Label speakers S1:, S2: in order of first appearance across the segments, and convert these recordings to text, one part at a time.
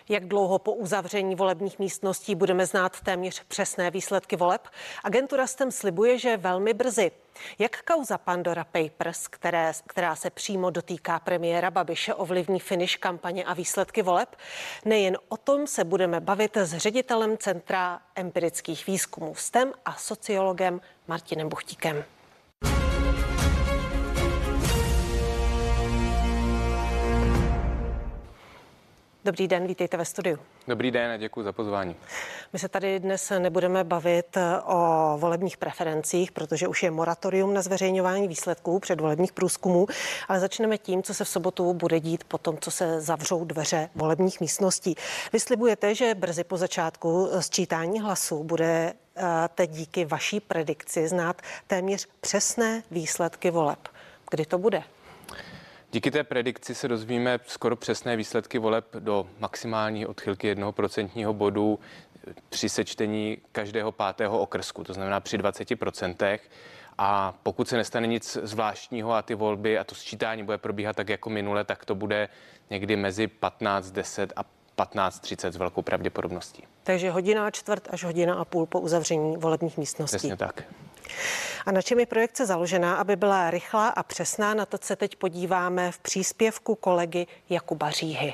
S1: Jak dlouho po uzavření volebních místností budeme znát téměř přesné výsledky voleb? Agentura STEM slibuje, že velmi brzy. Jak kauza Pandora Papers, která se přímo dotýká premiéra Babiše, ovlivní finiš kampaně a výsledky voleb? Nejen o tom se budeme bavit s ředitelem Centra empirických výzkumů STEM a sociologem Martinem Buchtíkem. Dobrý den, vítejte ve studiu.
S2: Dobrý den a děkuji za pozvání.
S1: My se tady dnes nebudeme bavit o volebních preferencích, protože už je moratorium na zveřejňování výsledků předvolebních průzkumů, ale začneme tím, co se v sobotu bude dít po tom, co se zavřou dveře volebních místností. Vy slibujete, že brzy po začátku sčítání hlasů bude teď díky vaší predikci znát téměř přesné výsledky voleb. Kdy to bude?
S2: Díky té predikci se dozvíme skoro přesné výsledky voleb do maximální odchylky 1% bodu při sečtení každého 5. okrsku, to znamená při 20%. A pokud se nestane nic zvláštního a ty volby a to sčítání bude probíhat tak jako minule, tak to bude někdy mezi 15:10 a 15:30 s velkou pravděpodobností.
S1: Takže 1:15 až 1:30 po uzavření volebních místností.
S2: Přesně tak.
S1: A na čem je projekce založená, aby byla rychlá a přesná? Na to se teď podíváme v příspěvku kolegy Jakuba Říhy.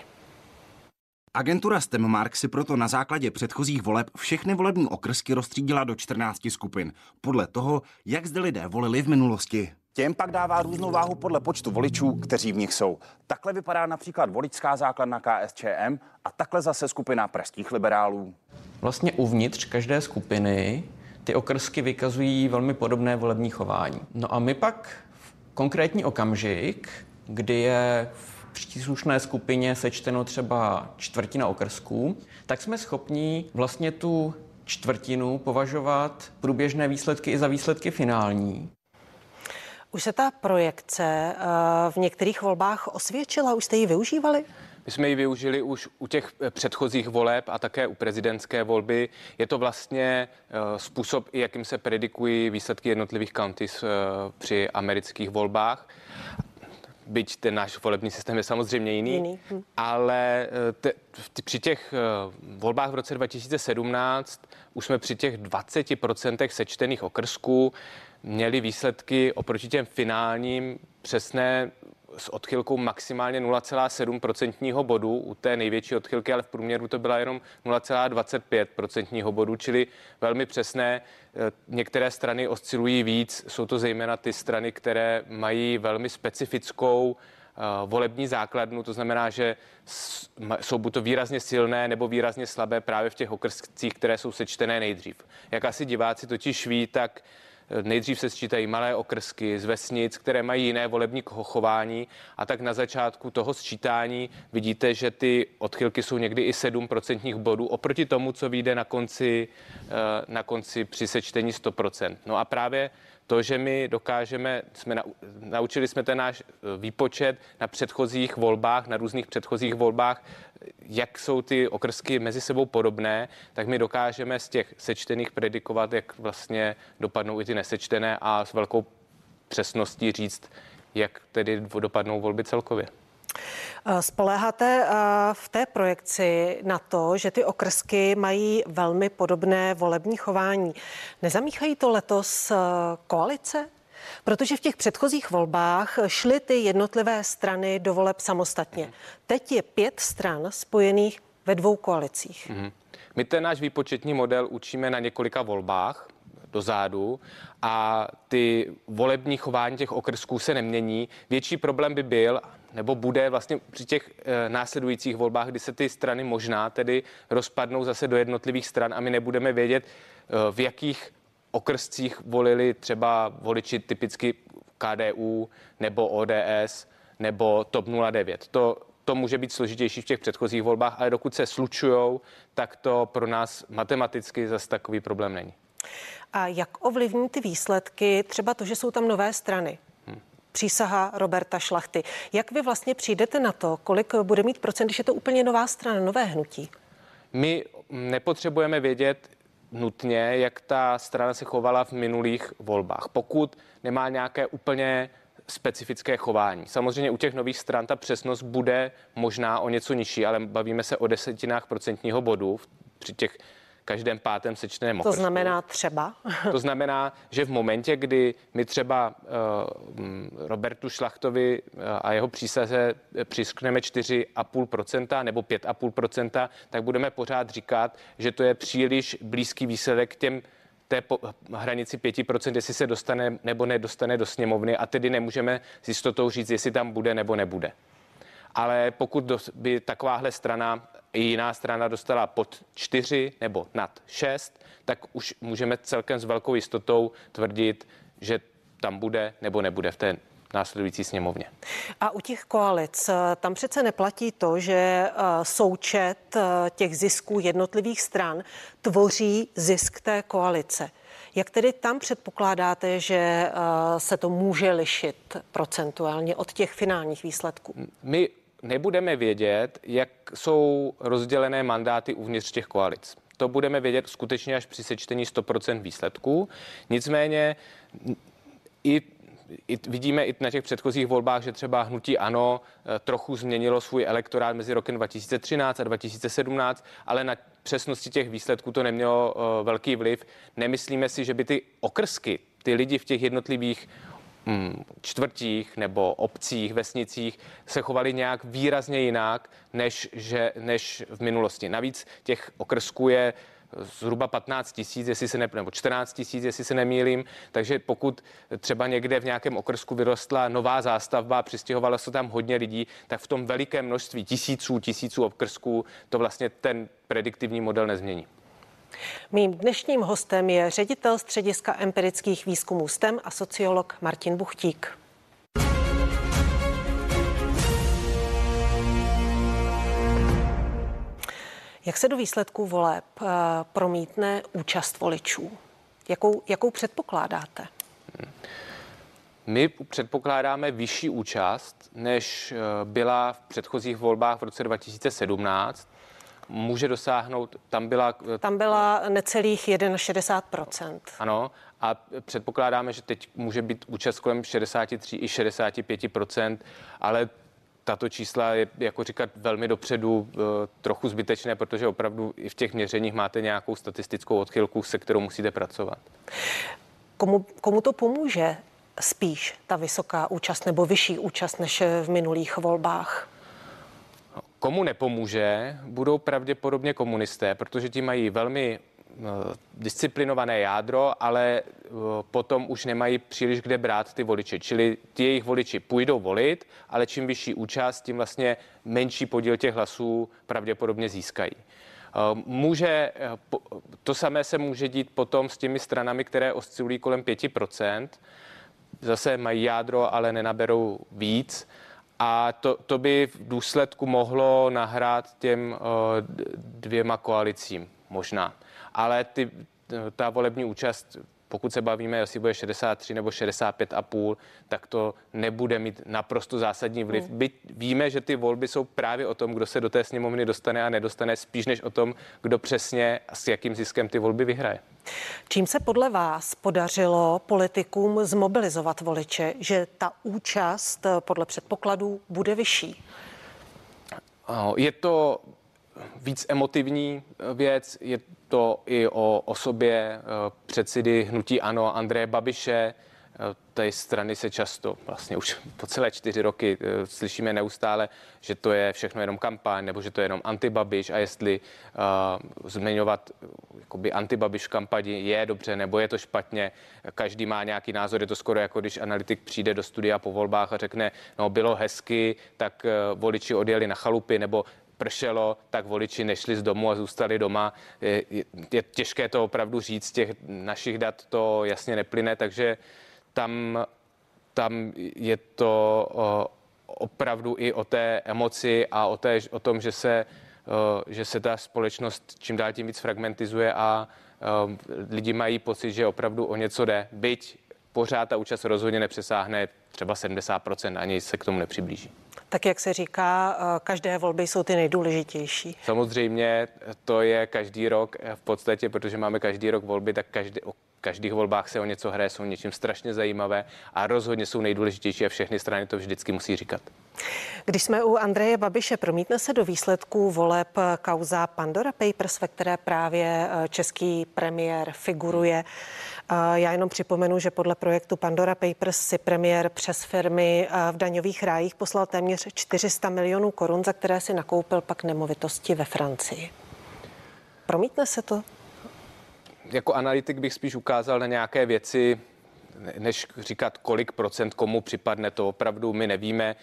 S3: Agentura STEM si proto na základě předchozích voleb všechny volební okrsky rozstřídila do 14 skupin, podle toho, jak zde lidé volili v minulosti.
S4: Těm pak dává různou váhu podle počtu voličů, kteří v nich jsou. Takhle vypadá například voličská základna KSČM a takhle zase skupina pražských liberálů.
S5: Vlastně uvnitř každé skupiny ty okrsky vykazují velmi podobné volební chování. No a my pak v konkrétní okamžik, kdy je v příslušné skupině sečteno třeba čtvrtina okrsků, tak jsme schopni vlastně tu čtvrtinu považovat průběžné výsledky i za výsledky finální.
S1: Už se ta projekce v některých volbách osvědčila? Už jste ji využívali?
S2: My jsme ji využili už u těch předchozích voleb a také u prezidentské volby. Je to vlastně způsob, jakým se predikují výsledky jednotlivých counties při amerických volbách. Byť ten náš volební systém je samozřejmě jiný. Ale při těch volbách v roce 2017 už jsme při těch 20% sečtených okrsků měli výsledky oproti těm finálním přesné s odchylkou maximálně 0,7% bodu u té největší odchylky, ale v průměru to byla jenom 0,25% bodu, čili velmi přesné. Některé strany oscilují víc, jsou to zejména ty strany, které mají velmi specifickou volební základnu, to znamená, že jsou buď to výrazně silné nebo výrazně slabé právě v těch okrscích, které jsou sečtené nejdřív. Jak asi diváci totiž ví, tak nejdřív se sčítají malé okrsky z vesnic, které mají jiné volební chování a tak na začátku toho sčítání vidíte, že ty odchylky jsou někdy i 7% bodů oproti tomu, co vyjde na konci při sečtení 100%. No a právě to, že my naučili jsme ten náš výpočet na předchozích volbách, na různých předchozích volbách, jak jsou ty okrsky mezi sebou podobné, tak my dokážeme z těch sečtených predikovat, jak vlastně dopadnou i ty nesečtené a s velkou přesností říct, jak tedy dopadnou volby celkově.
S1: Spoléháte v té projekci na to, že ty okrsky mají velmi podobné volební chování. Nezamíchají to letos koalice? Protože v těch předchozích volbách šly ty jednotlivé strany do voleb samostatně. Teď je 5 stran spojených ve 2 koalicích.
S2: My ten náš výpočetní model učíme na několika volbách dozadu a ty volební chování těch okrsků se nemění. Větší problém by byl, nebo bude vlastně při těch následujících volbách, kdy se ty strany možná tedy rozpadnou zase do jednotlivých stran a my nebudeme vědět, v jakých okrscích volili třeba voliči typicky KDU nebo ODS nebo TOP 09. To může být složitější v těch předchozích volbách, ale dokud se slučujou, tak to pro nás matematicky zase takový problém není.
S1: A jak ovlivní ty výsledky třeba to, že jsou tam nové strany? Přísaha Roberta Šlachty. Jak vy vlastně přijdete na to, kolik bude mít procent, když je to úplně nová strana, nové hnutí?
S2: My nepotřebujeme vědět nutně, jak ta strana se chovala v minulých volbách. Pokud nemá nějaké úplně specifické chování. Samozřejmě u těch nových stran ta přesnost bude možná o něco nižší, ale bavíme se o 10% bodu při těch každém pátém sečteném okrsku.
S1: To znamená třeba?
S2: To znamená, že v momentě, kdy my třeba Robertu Šlachtovi a jeho přísaze přiskneme 4,5% nebo 5,5%, tak budeme pořád říkat, že to je příliš blízký výsledek k té hranici 5%, jestli se dostane nebo nedostane do sněmovny, a tedy nemůžeme s jistotou říct, jestli tam bude nebo nebude. Ale pokud by takováhle strana i jiná strana dostala pod 4 nebo nad 6, tak už můžeme celkem s velkou jistotou tvrdit, že tam bude nebo nebude v té následující sněmovně.
S1: A u těch koalic, tam přece neplatí to, že součet těch zisků jednotlivých stran tvoří zisk té koalice. Jak tedy tam předpokládáte, že se to může lišit procentuálně od těch finálních výsledků?
S2: My nebudeme vědět, jak jsou rozdělené mandáty uvnitř těch koalic. To budeme vědět skutečně až při sečtení 100% výsledků. Nicméně vidíme i na těch předchozích volbách, že třeba hnutí ANO trochu změnilo svůj elektorát mezi rokem 2013 a 2017, ale na přesnosti těch výsledků to nemělo velký vliv. Nemyslíme si, že by ty okrsky, ty lidi v těch jednotlivých čtvrtích nebo obcích, vesnicích se chovali nějak výrazně jinak, než v minulosti. Navíc těch okrsků je zhruba 15 000, nebo 14 000, jestli se nemýlím, takže pokud třeba někde v nějakém okrsku vyrostla nová zástavba, přistěhovalo se tam hodně lidí, tak v tom velikém množství tisíců okrsků to vlastně ten prediktivní model nezmění.
S1: Mým dnešním hostem je ředitel Střediska empirických výzkumů STEM a sociolog Martin Buchtík. Jak se do výsledků voleb promítne účast voličů? Jakou předpokládáte?
S2: My předpokládáme vyšší účast, než byla v předchozích volbách v roce 2017. Může dosáhnout, tam byla
S1: necelých 61%.
S2: Ano, a předpokládáme, že teď může být účast kolem 63 i 65%, ale tato čísla je, jako říkat, velmi dopředu trochu zbytečné, protože opravdu i v těch měřeních máte nějakou statistickou odchylku, se kterou musíte pracovat.
S1: Komu to pomůže spíš ta vysoká účast nebo vyšší účast než v minulých volbách?
S2: Komu nepomůže, budou pravděpodobně komunisté, protože ti mají velmi disciplinované jádro, ale potom už nemají příliš kde brát ty voliče. Čili ti jejich voliči půjdou volit, ale čím vyšší účast, tím vlastně menší podíl těch hlasů pravděpodobně získají. To samé se může dít potom s těmi stranami, které oscilují kolem 5%. Zase mají jádro, ale nenaberou víc. A to by v důsledku mohlo nahrát těm dvěma koalicím možná. Ale ta volební účast, pokud se bavíme, jestli bude 63 nebo 65,5, tak to nebude mít naprosto zásadní vliv. Byť víme, že ty volby jsou právě o tom, kdo se do té sněmovny dostane a nedostane, spíš než o tom, kdo přesně a s jakým ziskem ty volby vyhraje.
S1: Čím se podle vás podařilo politikům zmobilizovat voliče, že ta účast podle předpokladů bude vyšší?
S2: Je to víc emotivní věc, je to i o osobě předsedy hnutí ANO Andreje Babiše. Té strany se často, vlastně už po celé 4 roky slyšíme neustále, že to je všechno jenom kampaň, nebo že to je jenom antibabiš, a jestli zmiňovat jakoby antibabiš v kampani je dobře, nebo je to špatně. Každý má nějaký názor, je to skoro jako když analytik přijde do studia po volbách a řekne, no bylo hezky, tak voliči odjeli na chalupy, nebo pršelo, tak voliči nešli z domu a zůstali doma. Je těžké to opravdu říct, z těch našich dat to jasně neplyne, takže tam je to opravdu i o té emoci a o tom, že se ta společnost čím dál tím víc fragmentizuje a lidi mají pocit, že opravdu o něco jde. Byť pořád ta účast rozhodně nepřesáhne třeba 70%, ani se k tomu nepřiblíží.
S1: Tak jak se říká, každé volby jsou ty nejdůležitější.
S2: Samozřejmě to je každý rok v podstatě, protože máme každý rok volby, tak každých volbách se o něco hraje, jsou něčím strašně zajímavé a rozhodně jsou nejdůležitější a všechny strany to vždycky musí říkat.
S1: Když jsme u Andreje Babiše, promítne se do výsledků voleb kauza Pandora Papers, ve které právě český premiér figuruje. Já jenom připomenu, že podle projektu Pandora Papers si premiér přes firmy v daňových rájích poslal téměř 400 milionů korun, za které si nakoupil pak nemovitosti ve Francii. Promítne se to?
S2: Jako analytik bych spíš ukázal na nějaké věci, než říkat, kolik procent komu připadne, to opravdu my nevíme.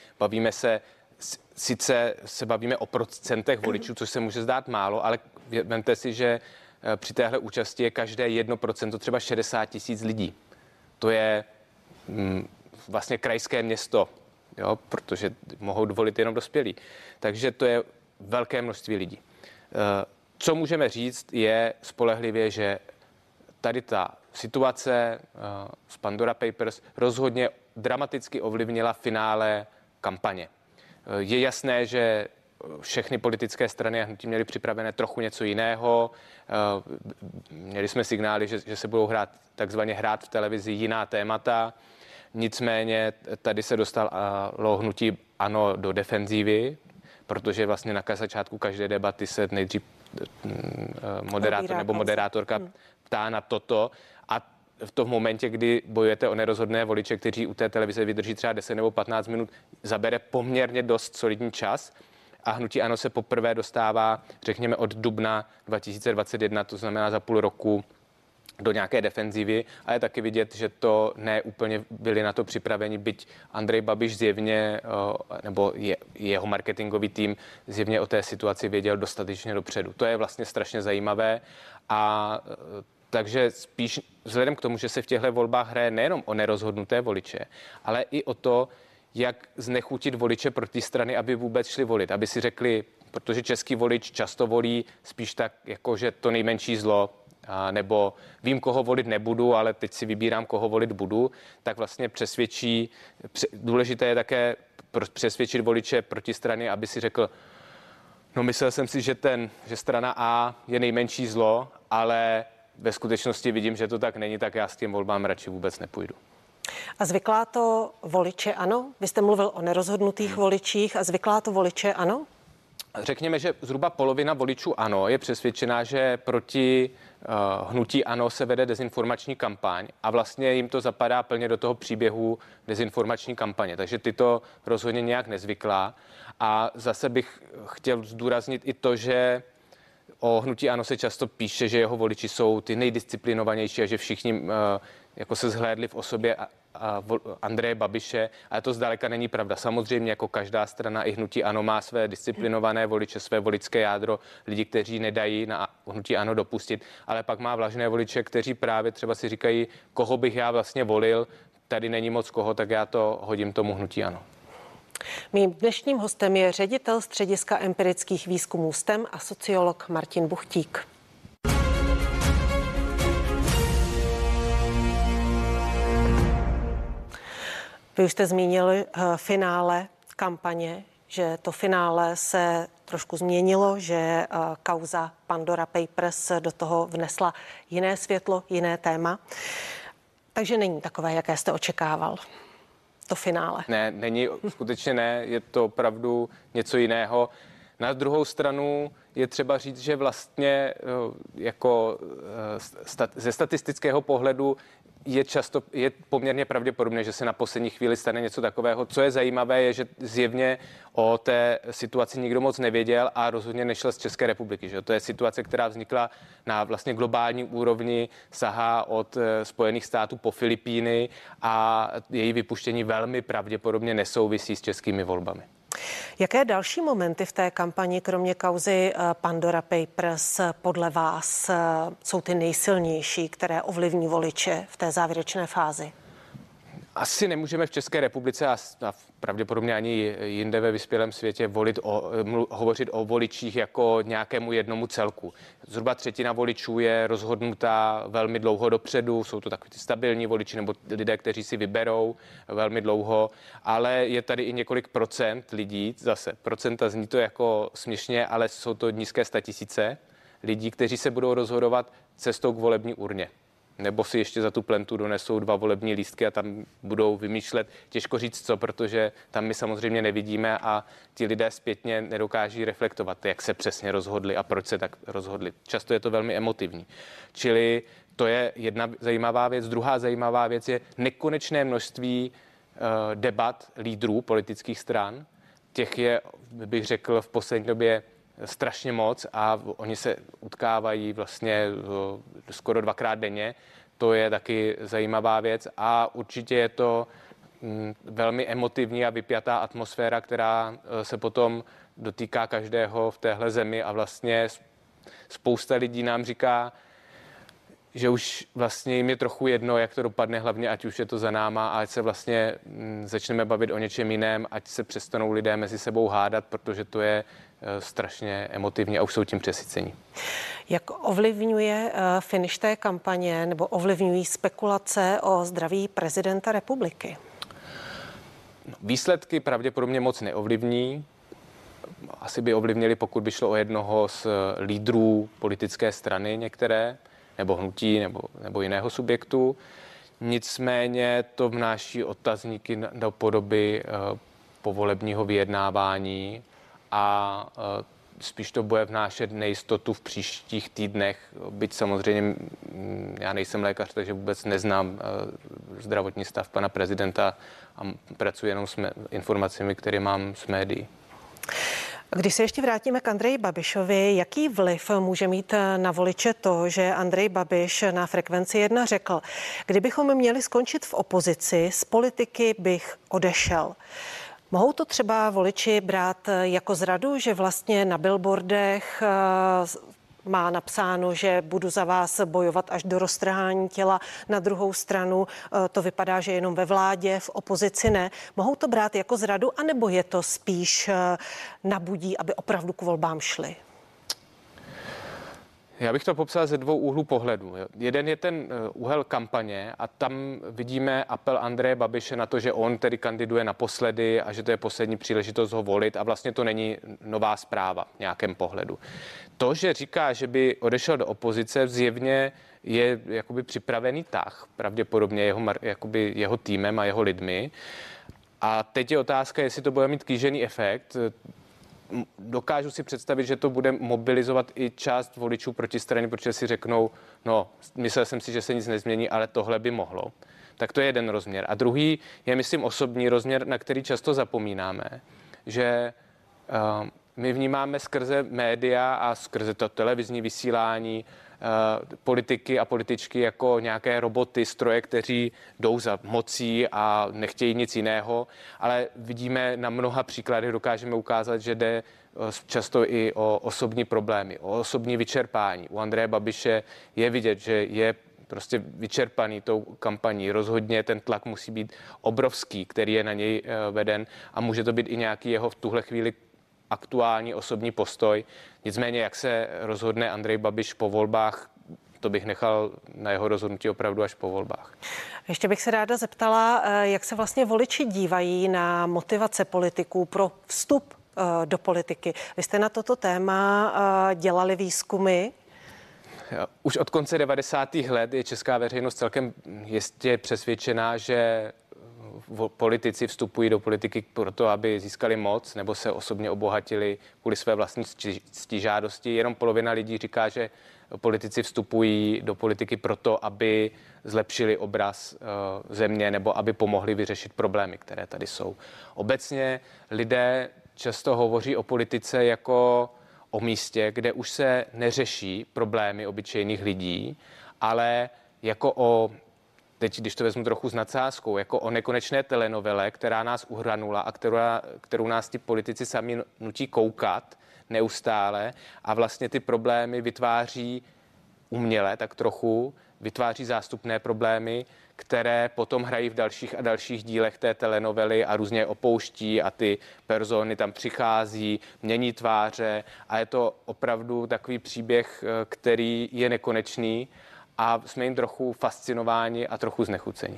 S2: Sice se bavíme o procentech voličů, což se může zdát málo, ale vemte si, že při téhle účasti je každé 1% třeba 60 000 lidí. To je vlastně krajské město, jo, protože mohou volit jenom dospělí. Takže to je velké množství lidí. Co můžeme říct, je spolehlivě, že tady ta situace z Pandora Papers rozhodně dramaticky ovlivnila finále kampaně. Je jasné, že všechny politické strany a hnutí měly připravené trochu něco jiného. Měli jsme signály, že se budou takzvaně hrát v televizi jiná témata. Nicméně tady se dostalo hnutí ANO do defenzívy, protože vlastně na začátku každé debaty se nejdřív moderátor nebo moderátorka ptá na toto a v momentě, kdy bojujete o nerozhodné voliče, kteří u té televize vydrží třeba 10 nebo 15 minut, zabere poměrně dost solidní čas a hnutí ANO se poprvé dostává, řekněme, od dubna 2021, to znamená za půl roku, do nějaké defenzivy a je taky vidět, že to ne úplně byli na to připraveni, byť Andrej Babiš zjevně, nebo jeho marketingový tým zjevně o té situaci věděl dostatečně dopředu. To je vlastně strašně zajímavé a takže spíš vzhledem k tomu, že se v těchto volbách hraje nejenom o nerozhodnuté voliče, ale i o to, jak znechutit voliče proti strany, aby vůbec šli volit, aby si řekli, protože český volič často volí spíš tak, jako že to nejmenší zlo, nebo vím, koho volit nebudu, ale teď si vybírám, koho volit budu, tak vlastně důležité je také přesvědčit voliče proti strany, aby si řekl, no myslel jsem si, že strana A je nejmenší zlo, ale ve skutečnosti vidím, že to tak není, tak já s tím volbám radši vůbec nepůjdu.
S1: A zvyklá to voliče ANO? Vy jste mluvil o nerozhodnutých voličích a zvyklá to voliče ANO?
S2: Řekněme, že zhruba polovina voličů ANO je přesvědčená, že proti hnutí ANO se vede dezinformační kampaň a vlastně jim to zapadá plně do toho příběhu dezinformační kampaně. Takže ty to rozhodně nějak nezvyklá. A zase bych chtěl zdůraznit i to, že o hnutí ANO se často píše, že jeho voliči jsou ty nejdisciplinovanější a že všichni jako se zhlédli v osobě Andreje Babiše, ale to zdaleka není pravda. Samozřejmě jako každá strana i hnutí ANO má své disciplinované voliče, své voličské jádro, lidi, kteří nedají na hnutí ANO dopustit, ale pak má vlažné voliče, kteří právě třeba si říkají, koho bych já vlastně volil, tady není moc koho, tak já to hodím tomu hnutí ANO.
S1: Mým dnešním hostem je ředitel Střediska empirických výzkumů STEM a sociolog Martin Buchtík. Vy už jste zmínili finále kampaně, že to finále se trošku změnilo, že kauza Pandora Papers do toho vnesla jiné světlo, jiné téma. Takže není takové, jaké jste očekával. To finále.
S2: Ne, není, skutečně ne, je to opravdu něco jiného. Na druhou stranu je třeba říct, že vlastně jako ze statistického pohledu je poměrně pravděpodobné, že se na poslední chvíli stane něco takového. Co je zajímavé, je, že zjevně o té situaci nikdo moc nevěděl a rozhodně nešel z České republiky. Že? To je situace, která vznikla na vlastně globální úrovni, sahá od Spojených států po Filipíny a její vypuštění velmi pravděpodobně nesouvisí s českými volbami.
S1: Jaké další momenty v té kampani, kromě kauzy Pandora Papers, podle vás jsou ty nejsilnější, které ovlivní voliče v té závěrečné fázi?
S2: Asi nemůžeme v České republice a pravděpodobně ani jinde ve vyspělém světě hovořit o voličích jako nějakému jednomu celku. Zhruba třetina voličů je rozhodnutá velmi dlouho dopředu, jsou to takový stabilní voliči nebo lidé, kteří si vyberou velmi dlouho, ale je tady i několik procent lidí, zase procenta zní to jako směšně, ale jsou to nízké statisíce lidí, kteří se budou rozhodovat cestou k volební urně. nebo si ještě za tu plentu donesou 2 volební lístky a tam budou vymýšlet, těžko říct co, protože tam my samozřejmě nevidíme a ti lidé zpětně nedokáží reflektovat, jak se přesně rozhodli a proč se tak rozhodli. Často je to velmi emotivní. Čili to je jedna zajímavá věc. Druhá zajímavá věc je nekonečné množství debat lídrů politických stran. Těch je, bych řekl, v poslední době strašně moc a oni se utkávají vlastně skoro 2krát denně. To je taky zajímavá věc a určitě je to velmi emotivní a vypjatá atmosféra, která se potom dotýká každého v téhle zemi a vlastně spousta lidí nám říká, že už vlastně jim je trochu jedno, jak to dopadne, hlavně ať už je to za náma a ať se vlastně začneme bavit o něčem jiném, ať se přestanou lidé mezi sebou hádat, protože to je strašně emotivní a už jsou tím přesycení.
S1: Jak ovlivňuje finiš té kampaně nebo ovlivňují spekulace o zdraví prezidenta republiky?
S2: Výsledky pravděpodobně moc neovlivní. Asi by ovlivnili, pokud by šlo o jednoho z lídrů politické strany některé, nebo hnutí, nebo jiného subjektu. Nicméně to vnáší otazníky do podoby povolebního vyjednávání a spíš to bude vnášet nejistotu v příštích týdnech, byť samozřejmě já nejsem lékař, takže vůbec neznám zdravotní stav pana prezidenta a pracuji jenom s informacemi, které mám z médií.
S1: Když se ještě vrátíme k Andreji Babišovi, jaký vliv může mít na voliče to, že Andrej Babiš na Frekvenci 1 řekl, kdybychom měli skončit v opozici, z politiky bych odešel. Mohou to třeba voliči brát jako zradu, že vlastně na billboardech má napsáno, že budu za vás bojovat až do roztrhání těla. Na druhou stranu to vypadá, že jenom ve vládě, v opozici ne. Mohou to brát jako zradu, anebo je to spíš nabudí, aby opravdu k volbám šli?
S2: Já bych to popsal ze 2 úhlů pohledu. Jeden je ten úhel kampaně a tam vidíme apel Andreje Babiše na to, že on tedy kandiduje naposledy a že to je poslední příležitost ho volit a vlastně to není nová zpráva v nějakém pohledu. To, že říká, že by odešel do opozice, zjevně je jakoby připravený tah, pravděpodobně jeho týmem a jeho lidmi. A teď je otázka, jestli to bude mít kýžený efekt. Dokážu si představit, že to bude mobilizovat i část voličů protistrany, protože si řeknou, no, myslel jsem si, že se nic nezmění, ale tohle by mohlo. Tak to je jeden rozměr. A druhý je, myslím, osobní rozměr, na který často zapomínáme, že my vnímáme skrze média a skrze to televizní vysílání politiky a političky jako nějaké roboty, stroje, kteří jdou za mocí a nechtějí nic jiného, ale vidíme na mnoha příkladech, dokážeme ukázat, že jde často i o osobní problémy, o osobní vyčerpání. U Andreje Babiše je vidět, že je prostě vyčerpaný tou kampaní. Rozhodně ten tlak musí být obrovský, který je na něj veden a může to být i nějaký jeho v tuhle chvíli aktuální osobní postoj. Nicméně, jak se rozhodne Andrej Babiš po volbách, to bych nechal na jeho rozhodnutí opravdu až po volbách.
S1: Ještě bych se ráda zeptala, jak se vlastně voliči dívají na motivace politiků pro vstup do politiky. Vy jste na toto téma dělali výzkumy?
S2: Už od konce 90. let je česká veřejnost celkem jistě přesvědčená, že politici vstupují do politiky proto, aby získali moc nebo se osobně obohatili kvůli své vlastní ctižádosti. Jenom polovina lidí říká, že politici vstupují do politiky proto, aby zlepšili obraz země nebo aby pomohli vyřešit problémy, které tady jsou. Obecně lidé často hovoří o politice jako o místě, kde už se neřeší problémy obyčejných lidí, ale jako o, teď když to vezmu trochu s nadsázkou, jako o nekonečné telenovele, která nás uhranula a kterou nás ti politici sami nutí koukat neustále a vlastně ty problémy vytváří uměle tak trochu, vytváří zástupné problémy, které potom hrají v dalších a dalších dílech té telenovely a různě opouští a ty persony tam přichází, mění tváře a je to opravdu takový příběh, který je nekonečný a jsme jim trochu fascinováni a trochu znechuceni.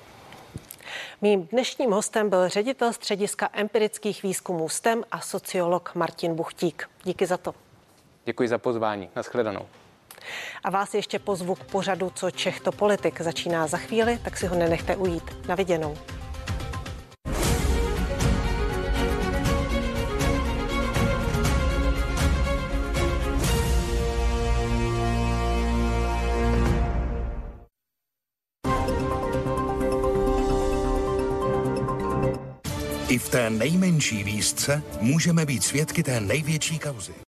S1: Mým dnešním hostem byl ředitel Střediska empirických výzkumů STEM a sociolog Martin Buchtík. Díky za to.
S2: Děkuji za pozvání. Nashledanou.
S1: A vás ještě pozvu k pořadu Co Čech to politik. Začíná za chvíli, tak si ho nenechte ujít. Na viděnou.
S6: I v té nejmenší výzce můžeme být svědky té největší kauzy.